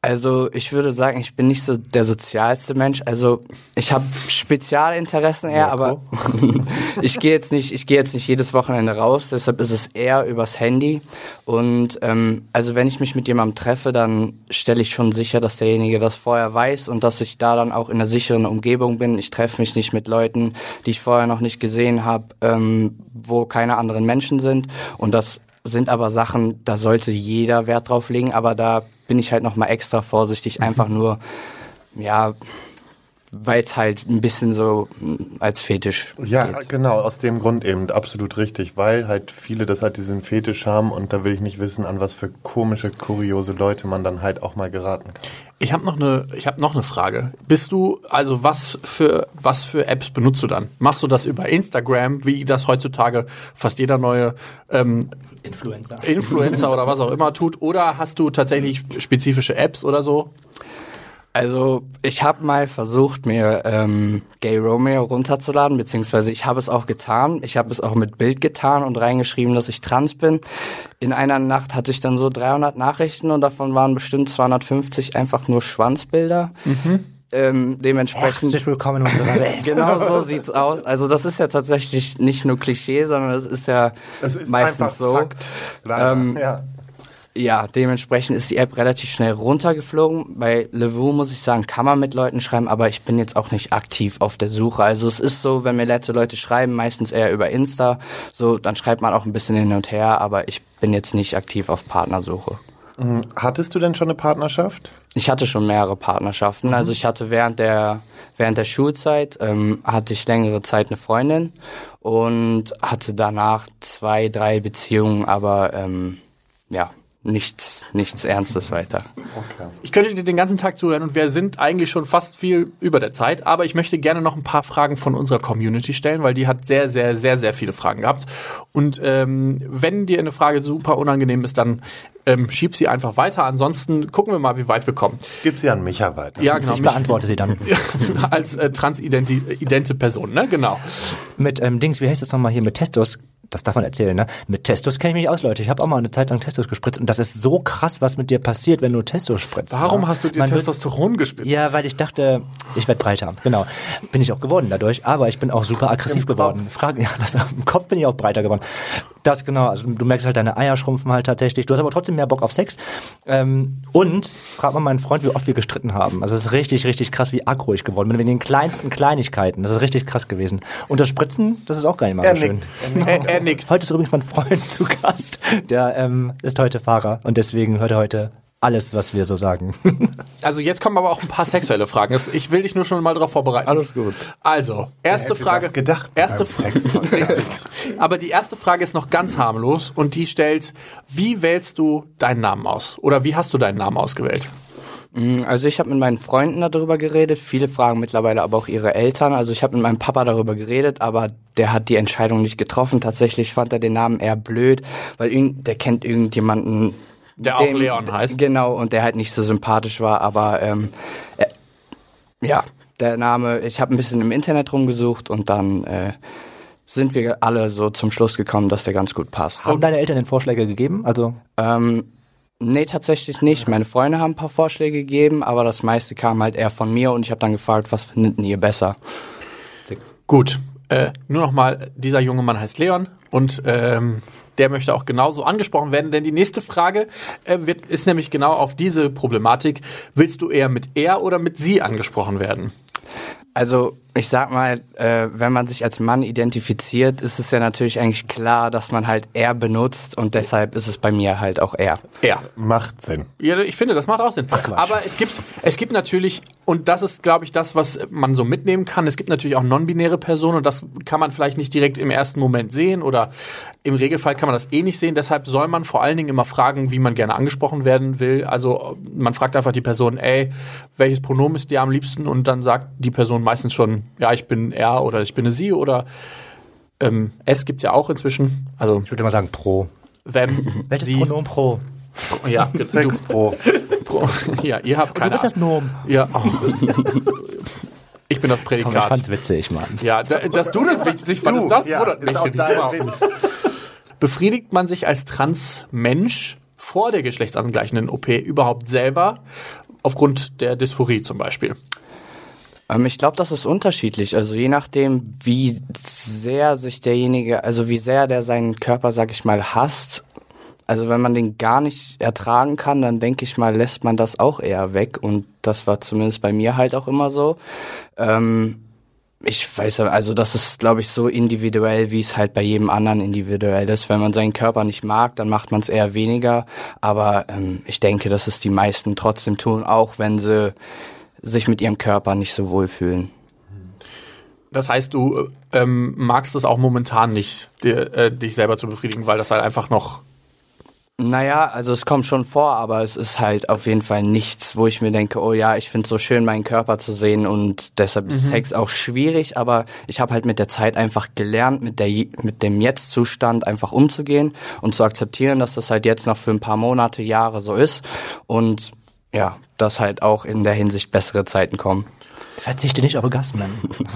Also ich würde sagen, ich bin nicht so der sozialste Mensch. Also ich habe Spezialinteressen eher, aber ich gehe jetzt nicht, ich gehe jetzt nicht jedes Wochenende raus. Deshalb ist es eher übers Handy. Und ähm, also wenn ich mich mit jemandem treffe, dann stelle ich schon sicher, dass derjenige das vorher weiß und dass ich da dann auch in einer sicheren Umgebung bin. Ich treffe mich nicht mit Leuten, die ich vorher noch nicht gesehen habe, ähm, wo keine anderen Menschen sind. Und das sind aber Sachen, da sollte jeder Wert drauf legen, aber da bin ich halt nochmal extra vorsichtig, einfach nur, ja, weil es halt ein bisschen so als Fetisch Ja, geht. genau, aus dem Grund eben, absolut richtig, weil halt viele das halt diesen Fetisch haben und da will ich nicht wissen, an was für komische, kuriose Leute man dann halt auch mal geraten kann. Ich habe noch eine, ich habe noch eine Frage. Bist du, also was für, was für Apps benutzt du dann? Machst du das über Instagram, wie das heutzutage fast jeder neue ähm, Influencer. Influencer oder was auch immer tut? Oder hast du tatsächlich spezifische Apps oder so? Also ich habe mal versucht, mir ähm, Gay Romeo runterzuladen, beziehungsweise ich habe es auch getan. Ich habe es auch mit Bild getan und reingeschrieben, dass ich trans bin. In einer Nacht hatte ich dann so dreihundert Nachrichten und davon waren bestimmt zweihundertfünfzig einfach nur Schwanzbilder. Mhm. Ähm, dementsprechend. Herzlich willkommen in unserer Welt. Genau so sieht's aus. Also das ist ja tatsächlich nicht nur Klischee, sondern es ist ja Es ist meistens einfach so. Fakt. Leider. Ähm, ja. Ja, dementsprechend ist die App relativ schnell runtergeflogen. Bei Levu muss ich sagen, kann man mit Leuten schreiben, aber ich bin jetzt auch nicht aktiv auf der Suche. Also es ist so, wenn mir nette Leute schreiben, meistens eher über Insta, so dann schreibt man auch ein bisschen hin und her, aber ich bin jetzt nicht aktiv auf Partnersuche. Hattest du denn schon eine Partnerschaft? Ich hatte schon mehrere Partnerschaften. Also ich hatte während der während der Schulzeit ähm, hatte ich längere Zeit eine Freundin und hatte danach zwei, drei Beziehungen, aber ähm, ja. Nichts, nichts Ernstes weiter. Okay. Ich könnte dir den ganzen Tag zuhören und wir sind eigentlich schon fast viel über der Zeit, aber ich möchte gerne noch ein paar Fragen von unserer Community stellen, weil die hat sehr, sehr, sehr, sehr viele Fragen gehabt. Und ähm, wenn dir eine Frage super unangenehm ist, dann ähm, schieb sie einfach weiter. Ansonsten gucken wir mal, wie weit wir kommen. Gib sie an Micha weiter. Ja, genau. Ich beantworte sie dann. Als äh, transidente Person, ne? Genau. Mit ähm, Dings, wie heißt das nochmal hier, mit Testos, das darf man erzählen, ne? Mit Testos kenne ich mich aus, Leute. Ich habe auch mal eine Zeit lang Testos gespritzt und das ist so krass, was mit dir passiert, wenn du Testos spritzt. Warum ja? hast du dir Man Testosteron wird, gespritzt? Ja, weil ich dachte, ich werde breiter. Genau. Bin ich auch geworden dadurch, aber ich bin auch super aggressiv Im geworden. Kopf. Fragen, ja, das, im Kopf bin ich auch breiter geworden. Das genau, also du merkst halt, deine Eier schrumpfen halt tatsächlich. Du hast aber trotzdem mehr Bock auf Sex. Ähm, und frag mal meinen Freund, wie oft wir gestritten haben. Also es ist richtig, richtig krass, wie aggro ich geworden bin. Wegen den kleinsten Kleinigkeiten. Das ist richtig krass gewesen. Und das Spritzen, das ist auch gar nicht mal Er so schön. nickt. Er, er nickt. Heute ist übrigens mein Freund zu Gast. Der ähm, ist heute Fahrer und deswegen hört er heute alles, was wir so sagen. Also jetzt kommen aber auch ein paar sexuelle Fragen. Das- Ich will dich nur schon mal darauf vorbereiten. Alles gut. Also, erste hätte Frage. das gedacht erste beim Sex-Podcast? Aber die erste Frage ist noch ganz harmlos und die stellt, wie wählst du deinen Namen aus? Oder wie hast du deinen Namen ausgewählt? Also ich habe mit meinen Freunden darüber geredet, viele fragen mittlerweile aber auch ihre Eltern. Also ich habe mit meinem Papa darüber geredet, aber der hat die Entscheidung nicht getroffen. Tatsächlich fand er den Namen eher blöd, weil irgend, der kennt irgendjemanden, Der auch Leon heißt. Genau, und der halt nicht so sympathisch war, aber ähm, äh, ja, der Name, ich habe ein bisschen im Internet rumgesucht und dann äh, sind wir alle so zum Schluss gekommen, dass der ganz gut passt. Haben deine Eltern den Vorschläge gegeben? Also Ähm, nee, tatsächlich nicht. Meine Freunde haben ein paar Vorschläge gegeben, aber das meiste kam halt eher von mir und ich habe dann gefragt, was findet ihr besser? Gut, äh, nur noch mal, dieser junge Mann heißt Leon und ähm, der möchte auch genauso angesprochen werden, denn die nächste Frage äh, wird, ist nämlich genau auf diese Problematik. Willst du eher mit er oder mit sie angesprochen werden? Also ich sag mal, äh, wenn man sich als Mann identifiziert, ist es ja natürlich eigentlich klar, dass man halt er benutzt und deshalb ist es bei mir halt auch er. Er. Macht Sinn. Ja, ich finde, das macht auch Sinn. Aber es gibt, es gibt natürlich, und das ist, glaube ich, das, was man so mitnehmen kann, es gibt natürlich auch non-binäre Personen und das kann man vielleicht nicht direkt im ersten Moment sehen oder im Regelfall kann man das eh nicht sehen. Deshalb soll man vor allen Dingen immer fragen, wie man gerne angesprochen werden will. Also man fragt einfach die Person, ey, welches Pronomen ist dir am liebsten? Und dann sagt die Person meistens schon, ja, ich bin er oder ich bin eine sie oder ähm, es gibt's ja auch inzwischen. Also ich würde mal sagen pro. them, Welches sie. Pronomen pro? Ja, Sex pro. Pro, ja, ihr habt Du keine bist das Nomen. Ja. Oh. Ich bin das Komm, ich Prädikat. fand's witzig, Mann. Ja, da, dass du das wichtig fandest, das ja, wundert ist mich. auch dein Genau. Witz. Befriedigt man sich als Transmensch vor der geschlechtsangleichenden O P überhaupt selber? aufgrund der Dysphorie zum Beispiel? Ähm, ich glaube, das ist unterschiedlich. Also je nachdem, wie sehr sich derjenige, also wie sehr der seinen Körper, sag ich mal, hasst. Also wenn man den gar nicht ertragen kann, dann denke ich mal, lässt man das auch eher weg. Und das war zumindest bei mir halt auch immer so. Ähm, ich weiß, also das ist, glaube ich, so individuell, wie es halt bei jedem anderen individuell ist. Wenn man seinen Körper nicht mag, dann macht man es eher weniger. Aber ähm, ich denke, dass es die meisten trotzdem tun, auch wenn sie sich mit ihrem Körper nicht so wohlfühlen. Das heißt, du ähm, magst es auch momentan nicht, dir, äh, dich selber zu befriedigen, weil das halt einfach noch... Naja, also es kommt schon vor, aber es ist halt auf jeden Fall nichts, wo ich mir denke, oh ja, ich find's so schön, meinen Körper zu sehen und deshalb ist mhm. Sex auch schwierig, aber ich habe halt mit der Zeit einfach gelernt, mit der mit dem Jetzt-Zustand einfach umzugehen und zu akzeptieren, dass das halt jetzt noch für ein paar Monate, Jahre so ist und ja, dass halt auch in der Hinsicht bessere Zeiten kommen. Verzichte nicht auf Orgasmen.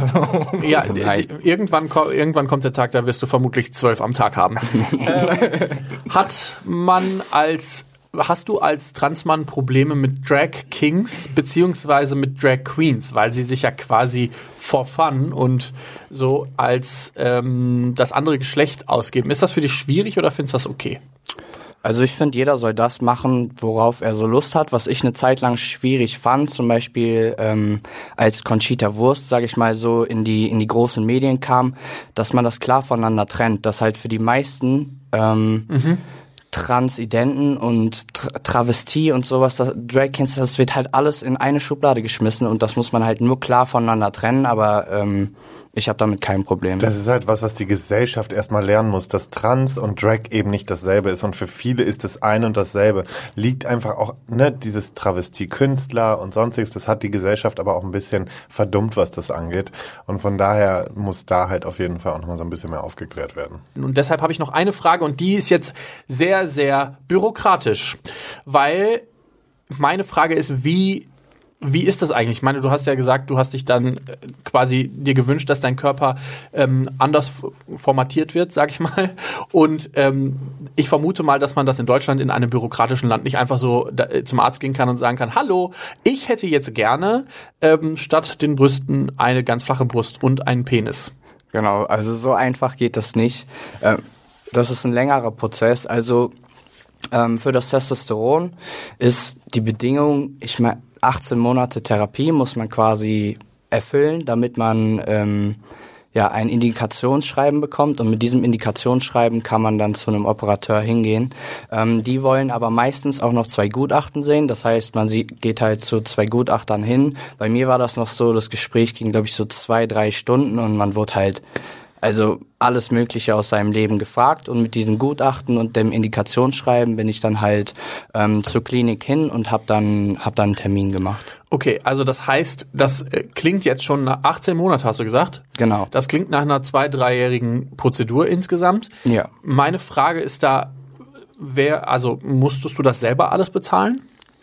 Ja, d- d- irgendwann, ko- irgendwann kommt der Tag, da wirst du vermutlich zwölf am Tag haben. ähm, hat man als, hast du als Transmann Probleme mit Drag Kings beziehungsweise mit Drag Queens, weil sie sich ja quasi for fun und so als ähm, das andere Geschlecht ausgeben? Ist das für dich schwierig oder findest du das okay? Also ich finde, jeder soll das machen, worauf er so Lust hat. Was ich eine Zeit lang schwierig fand, zum Beispiel ähm, als Conchita Wurst, sage ich mal so, in die in die großen Medien kam, dass man das klar voneinander trennt, dass halt für die meisten ähm, mhm. Transidenten und Tra- Travestie und sowas, das Drag Kings, das wird halt alles in eine Schublade geschmissen und das muss man halt nur klar voneinander trennen, aber ähm, ich habe damit kein Problem. Das ist halt was, was die Gesellschaft erstmal lernen muss, dass Trans und Drag eben nicht dasselbe ist und für viele ist das ein und dasselbe. Liegt einfach auch, ne, dieses Travestie-Künstler und sonstiges, das hat die Gesellschaft aber auch ein bisschen verdummt, was das angeht und von daher muss da halt auf jeden Fall auch nochmal so ein bisschen mehr aufgeklärt werden. Und deshalb habe ich noch eine Frage und die ist jetzt sehr, sehr bürokratisch, weil meine Frage ist, wie Wie ist das eigentlich? Ich meine, du hast ja gesagt, du hast dich dann äh, quasi dir gewünscht, dass dein Körper ähm, anders f- formatiert wird, sag ich mal. Und ähm, ich vermute mal, dass man das in Deutschland in einem bürokratischen Land nicht einfach so da, äh, zum Arzt gehen kann und sagen kann, hallo, ich hätte jetzt gerne ähm, statt den Brüsten eine ganz flache Brust und einen Penis. Genau, also so einfach geht das nicht. Ähm, das ist ein längerer Prozess. Also ähm, für das Testosteron ist die Bedingung, ich meine, achtzehn Monate Therapie muss man quasi erfüllen, damit man ähm, ja ein Indikationsschreiben bekommt und mit diesem Indikationsschreiben kann man dann zu einem Operateur hingehen. Ähm, die wollen aber meistens auch noch zwei Gutachten sehen, das heißt, man sieht, geht halt zu zwei Gutachtern hin. Bei mir war das noch so, das Gespräch ging, glaube ich, so zwei, drei Stunden und man wurde halt also alles Mögliche aus seinem Leben gefragt und mit diesen Gutachten und dem Indikationsschreiben bin ich dann halt ähm, zur Klinik hin und habe dann hab dann einen Termin gemacht. Okay, also das heißt, das äh, klingt jetzt schon nach achtzehn Monate, hast du gesagt? Genau. Das klingt nach einer zwei-, dreijährigen Prozedur insgesamt. Ja. Meine Frage ist da, wer, also musstest du das selber alles bezahlen?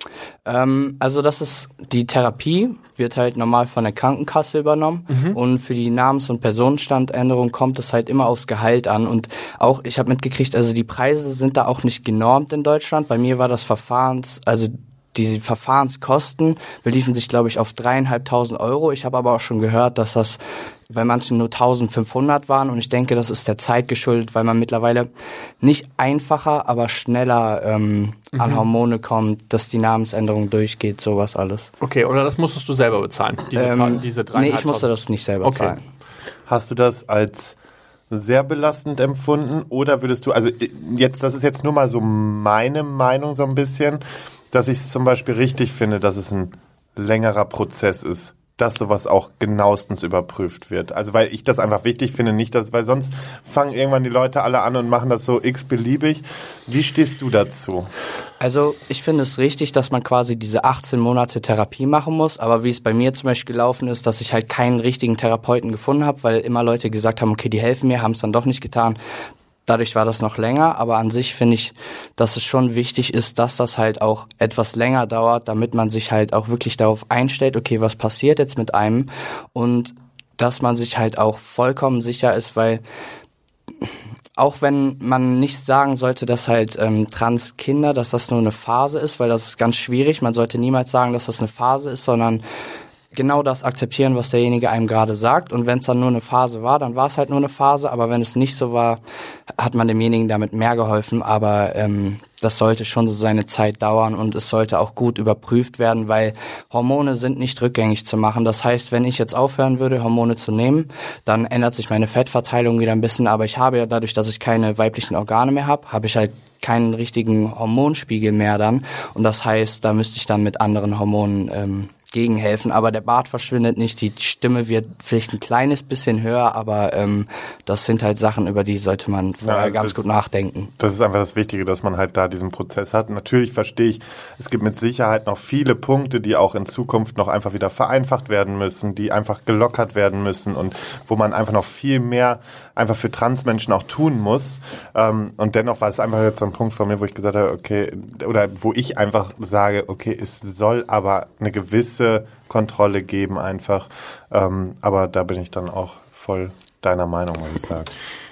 Ähm, also das ist, die Therapie wird halt normal von der Krankenkasse übernommen mhm. und für die Namens- und Personenstandänderung kommt es halt immer aufs Gehalt an und auch, ich habe mitgekriegt, also die Preise sind da auch nicht genormt in Deutschland. Bei mir war das Verfahrens, also die Verfahrenskosten beliefen sich, glaube ich, auf dreieinhalbtausend Euro. Ich habe aber auch schon gehört, dass das bei manchen nur eintausendfünfhundert waren und ich denke, das ist der Zeit geschuldet, weil man mittlerweile nicht einfacher, aber schneller ähm, mhm. an Hormone kommt, dass die Namensänderung durchgeht, sowas alles. Okay, oder das musstest du selber bezahlen, diese, ähm, diese Nee, ich musste das nicht selber okay. zahlen. Hast du das als sehr belastend empfunden oder würdest du, also jetzt, das ist jetzt nur mal so meine Meinung so ein bisschen, dass ich es zum Beispiel richtig finde, dass es ein längerer Prozess ist, dass sowas auch genauestens überprüft wird. Also weil ich das einfach wichtig finde, nicht, dass, weil sonst fangen irgendwann die Leute alle an und machen das so x-beliebig. Wie stehst du dazu? Also ich finde es richtig, dass man quasi diese achtzehn Monate Therapie machen muss, aber wie es bei mir zum Beispiel gelaufen ist, dass ich halt keinen richtigen Therapeuten gefunden habe, weil immer Leute gesagt haben, okay, die helfen mir, haben es dann doch nicht getan. Dadurch war das noch länger, aber an sich finde ich, dass es schon wichtig ist, dass das halt auch etwas länger dauert, damit man sich halt auch wirklich darauf einstellt, okay, was passiert jetzt mit einem und dass man sich halt auch vollkommen sicher ist, weil auch wenn man nicht sagen sollte, dass halt ähm, Trans-Kinder, dass das nur eine Phase ist, weil das ist ganz schwierig. Man sollte niemals sagen, dass das eine Phase ist, sondern genau das akzeptieren, was derjenige einem gerade sagt. Und wenn es dann nur eine Phase war, dann war es halt nur eine Phase. Aber wenn es nicht so war, hat man demjenigen damit mehr geholfen. Aber ähm, das sollte schon so seine Zeit dauern und es sollte auch gut überprüft werden, weil Hormone sind nicht rückgängig zu machen. Das heißt, wenn ich jetzt aufhören würde, Hormone zu nehmen, dann ändert sich meine Fettverteilung wieder ein bisschen. Aber ich habe ja dadurch, dass ich keine weiblichen Organe mehr habe, habe ich halt keinen richtigen Hormonspiegel mehr dann. Und das heißt, da müsste ich dann mit anderen Hormonen ähm, gegenhelfen, aber der Bart verschwindet nicht, die Stimme wird vielleicht ein kleines bisschen höher, aber ähm, das sind halt Sachen, über die sollte man vorher ja, also ganz das, gut nachdenken. Das ist einfach das Wichtige, dass man halt da diesen Prozess hat. Natürlich verstehe ich, es gibt mit Sicherheit noch viele Punkte, die auch in Zukunft noch einfach wieder vereinfacht werden müssen, die einfach gelockert werden müssen und wo man einfach noch viel mehr einfach für Transmenschen auch tun muss. Ähm, und dennoch war es einfach jetzt so ein Punkt von mir, wo ich gesagt habe, okay, oder wo ich einfach sage, okay, es soll aber eine gewisse Kontrolle geben einfach. Ähm, aber da bin ich dann auch voll deiner Meinung, muss ich sagen.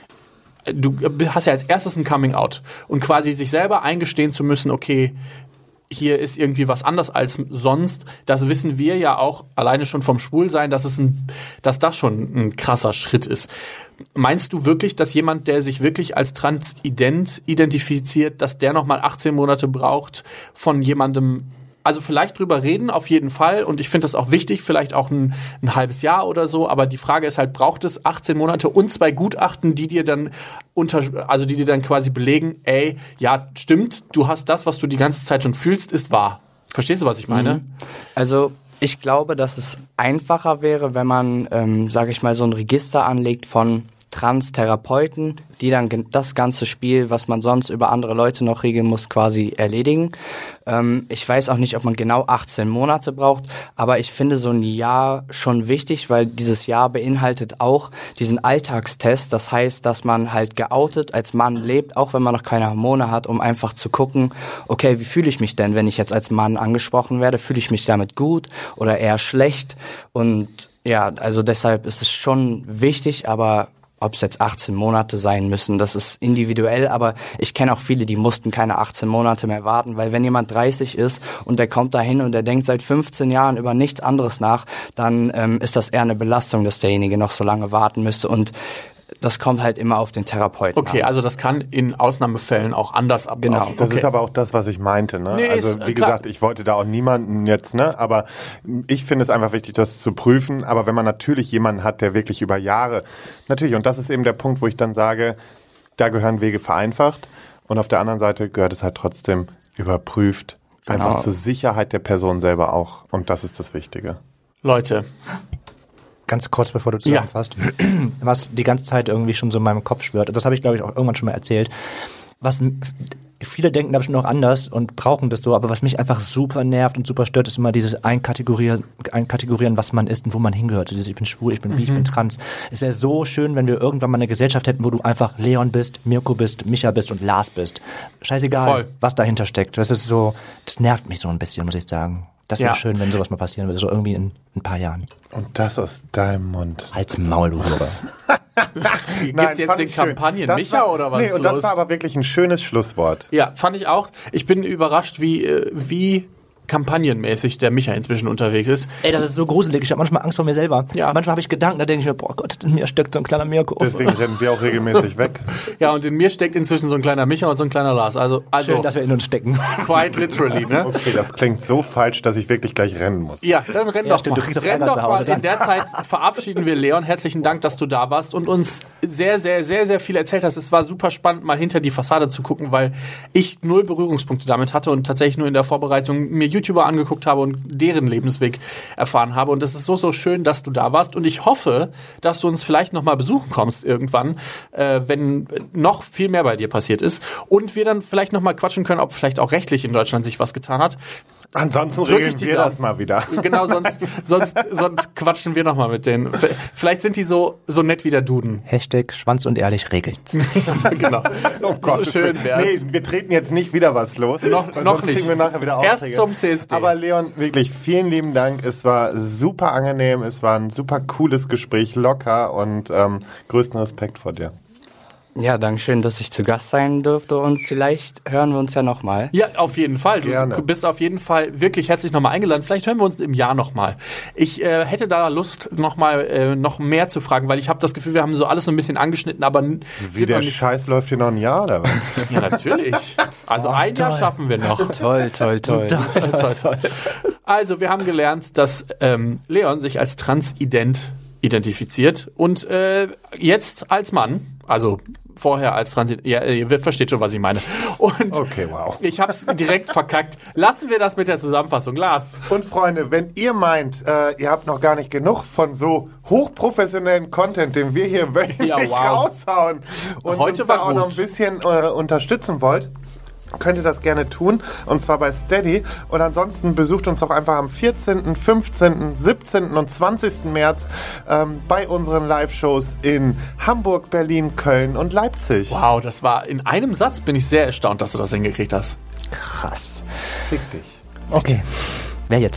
Du hast ja als erstes ein Coming Out und quasi sich selber eingestehen zu müssen, okay, hier ist irgendwie was anders als sonst. Das wissen wir ja auch alleine schon vom Schwulsein, dass es ein, dass das schon ein krasser Schritt ist. Meinst du wirklich, dass jemand, der sich wirklich als transident identifiziert, dass der nochmal achtzehn Monate braucht von jemandem? Also vielleicht drüber reden, auf jeden Fall. Und ich finde das auch wichtig, vielleicht auch ein, ein halbes Jahr oder so. Aber die Frage ist halt, braucht es achtzehn Monate und zwei Gutachten, die dir dann unter, also die dir dann quasi belegen, ey, ja, stimmt, du hast das, was du die ganze Zeit schon fühlst, ist wahr. Verstehst du, was ich meine? Also ich glaube, dass es einfacher wäre, wenn man, ähm, sage ich mal, so ein Register anlegt von Trans-Therapeuten, die dann das ganze Spiel, was man sonst über andere Leute noch regeln muss, quasi erledigen. Ähm, ich weiß auch nicht, ob man genau achtzehn Monate braucht, aber ich finde so ein Jahr schon wichtig, weil dieses Jahr beinhaltet auch diesen Alltagstest. Das heißt, dass man halt geoutet als Mann lebt, auch wenn man noch keine Hormone hat, um einfach zu gucken, okay, wie fühle ich mich denn, wenn ich jetzt als Mann angesprochen werde? Fühle ich mich damit gut oder eher schlecht? Und ja, also deshalb ist es schon wichtig, aber ob es jetzt achtzehn Monate sein müssen, das ist individuell, aber ich kenne auch viele, die mussten keine achtzehn Monate mehr warten, weil wenn jemand dreißig ist und der kommt dahin und der denkt seit fünfzehn Jahren über nichts anderes nach, dann ähm, ist das eher eine Belastung, dass derjenige noch so lange warten müsste und das kommt halt immer auf den Therapeuten Okay, an. Also das kann in Ausnahmefällen auch anders ablaufen. Genau. Das okay. ist aber auch das, was ich meinte. Ne? Nee, also ist, wie klar. gesagt, ich wollte da auch niemanden jetzt, ne, aber ich finde es einfach wichtig, das zu prüfen. Aber wenn man natürlich jemanden hat, der wirklich über Jahre, natürlich, und das ist eben der Punkt, wo ich dann sage, da gehören Wege vereinfacht und auf der anderen Seite gehört es halt trotzdem überprüft, genau. Einfach zur Sicherheit der Person selber auch. Und das ist das Wichtige. Leute, ganz kurz, bevor du zusammenfasst, ja. Was die ganze Zeit irgendwie schon so in meinem Kopf schwirrt, das habe ich, glaube ich, auch irgendwann schon mal erzählt, was viele denken da bestimmt auch anders und brauchen das so, aber was mich einfach super nervt und super stört, ist immer dieses Einkategorieren, Einkategorieren, was man ist und wo man hingehört. Also ich bin schwul, ich bin bi, mhm. ich bin trans. Es wäre so schön, wenn wir irgendwann mal eine Gesellschaft hätten, wo du einfach Leon bist, Mirko bist, Micha bist und Lars bist. Scheißegal, Voll. was dahinter steckt. Das ist so, das nervt mich so ein bisschen, muss ich sagen. Das wäre ja. schön, wenn sowas mal passieren würde, so irgendwie in ein paar Jahren. Und das aus deinem Mund. Halt's Maul, du Hörer. Gibt's jetzt den Kampagnen Micha war, oder was? Nee, und das los? war aber wirklich ein schönes Schlusswort. Ja, fand ich auch. Ich bin überrascht, wie, wie kampagnenmäßig der Micha inzwischen unterwegs ist. Ey, das ist so gruselig. Ich habe manchmal Angst vor mir selber. Ja. Manchmal habe ich Gedanken, da denke ich mir, boah Gott, in mir steckt so ein kleiner Mirko. Deswegen rennen wir auch regelmäßig weg. Ja, und in mir steckt inzwischen so ein kleiner Micha und so ein kleiner Lars. Also, also schön, dass wir in uns stecken. Quite literally, ne? Okay, das klingt so falsch, dass ich wirklich gleich rennen muss. Ja, dann renn ja, doch stimmt, mal. Du renn doch mal. In der Zeit verabschieden wir Leon. Herzlichen Dank, dass du da warst und uns sehr, sehr, sehr, sehr viel erzählt hast. Es war super spannend, mal hinter die Fassade zu gucken, weil ich null Berührungspunkte damit hatte und tatsächlich nur in der Vorbereitung mir YouTuber angeguckt habe und deren Lebensweg erfahren habe. Und es ist so, so schön, dass du da warst. Und ich hoffe, dass du uns vielleicht noch mal besuchen kommst irgendwann, äh, wenn noch viel mehr bei dir passiert ist. Und wir dann vielleicht noch mal quatschen können, ob vielleicht auch rechtlich in Deutschland sich was getan hat. Ansonsten regeln wir das mal wieder. Genau, sonst, sonst, sonst quatschen wir noch mal mit denen. Vielleicht sind die so, so nett wie der Duden. Hashtag Schwanz und ehrlich regelt's. Genau. Oh Gott, so schön wär's. Nee, wir treten jetzt nicht wieder was los. Noch, noch nicht. Kriegen wir nachher wieder Aufträge. Erst zum C S D. Aber Leon, wirklich vielen lieben Dank. Es war super angenehm. Es war ein super cooles Gespräch, locker und ähm, größten Respekt vor dir. Ja, danke schön, dass ich zu Gast sein durfte und vielleicht hören wir uns ja nochmal. Ja, auf jeden Fall. Du Gerne. bist auf jeden Fall wirklich herzlich nochmal eingeladen. Vielleicht hören wir uns im Jahr nochmal. Ich äh, hätte da Lust, nochmal äh, noch mehr zu fragen, weil ich habe das Gefühl, wir haben so alles so ein bisschen angeschnitten, aber Wie sind der noch nicht. Scheiß läuft hier noch ein Jahr, oder was? Ja, natürlich. Also ein Jahr schaffen wir noch. Toll, toll, toll. toll, toll. Also, wir haben gelernt, dass ähm, Leon sich als Transident identifiziert und äh, jetzt als Mann, also vorher als Transident, ja, ihr versteht schon, was ich meine. Und Okay, wow. ich hab's direkt verkackt. Lassen wir das mit der Zusammenfassung. Lars. Und Freunde, wenn ihr meint, äh, ihr habt noch gar nicht genug von so hochprofessionellen Content, den wir hier wöchentlich Ja, wow. raushauen und Heute uns war da auch gut. noch ein bisschen äh, unterstützen wollt, könnt ihr das gerne tun, und zwar bei Steady. Und ansonsten besucht uns auch einfach am vierzehnten, fünfzehnten, siebzehnten und zwanzigsten März ähm, bei unseren Live-Shows in Hamburg, Berlin, Köln und Leipzig. Wow, das war in einem Satz, bin ich sehr erstaunt, dass du das hingekriegt hast. Krass. Fick dich. Okay. Wer jetzt?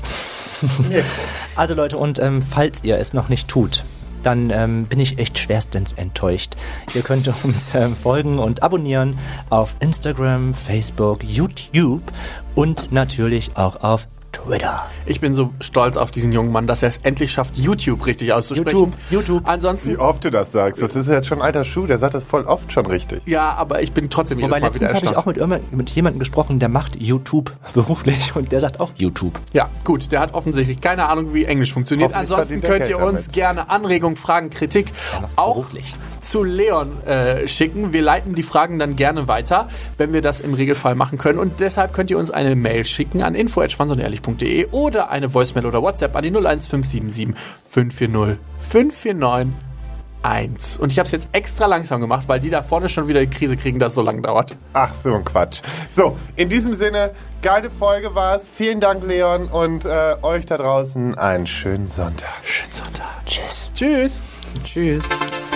Also Leute, und ähm, falls ihr es noch nicht tut, dann ähm, bin ich echt schwerstens enttäuscht. Ihr könnt uns ähm, folgen und abonnieren auf Instagram, Facebook, YouTube und natürlich auch auf Twitter. Ich bin so stolz auf diesen jungen Mann, dass er es endlich schafft, YouTube richtig auszusprechen. YouTube, YouTube. Ansonsten, Wie oft du das sagst. Das ist jetzt schon ein alter Schuh, der sagt das voll oft schon richtig. ja, aber ich bin trotzdem jedes Wobei Mal wieder letztens habe ich erstaunt. auch mit, irgendwann- mit jemandem gesprochen, der macht YouTube beruflich und der sagt auch YouTube. Ja, gut, der hat offensichtlich keine Ahnung, wie Englisch funktioniert. Hoffentlich Ansonsten verdient er könnt ihr Geld uns damit. gerne Anregungen, Fragen, Kritik auch beruflich. zu Leon äh, schicken. Wir leiten die Fragen dann gerne weiter, wenn wir das im Regelfall machen können. Und deshalb könnt ihr uns eine Mail schicken an info at schwanzundehrlich punkt de oder eine Voicemail oder WhatsApp an die null eins fünf sieben sieben fünf vier null fünf vier neun eins. Und ich habe es jetzt extra langsam gemacht, weil die da vorne schon wieder die Krise kriegen, dass es so lange dauert. Ach, so ein Quatsch. So, in diesem Sinne, geile Folge war es. Vielen Dank, Leon, und äh, euch da draußen einen schönen Sonntag. Schönen Sonntag. Tschüss. Tschüss. Tschüss.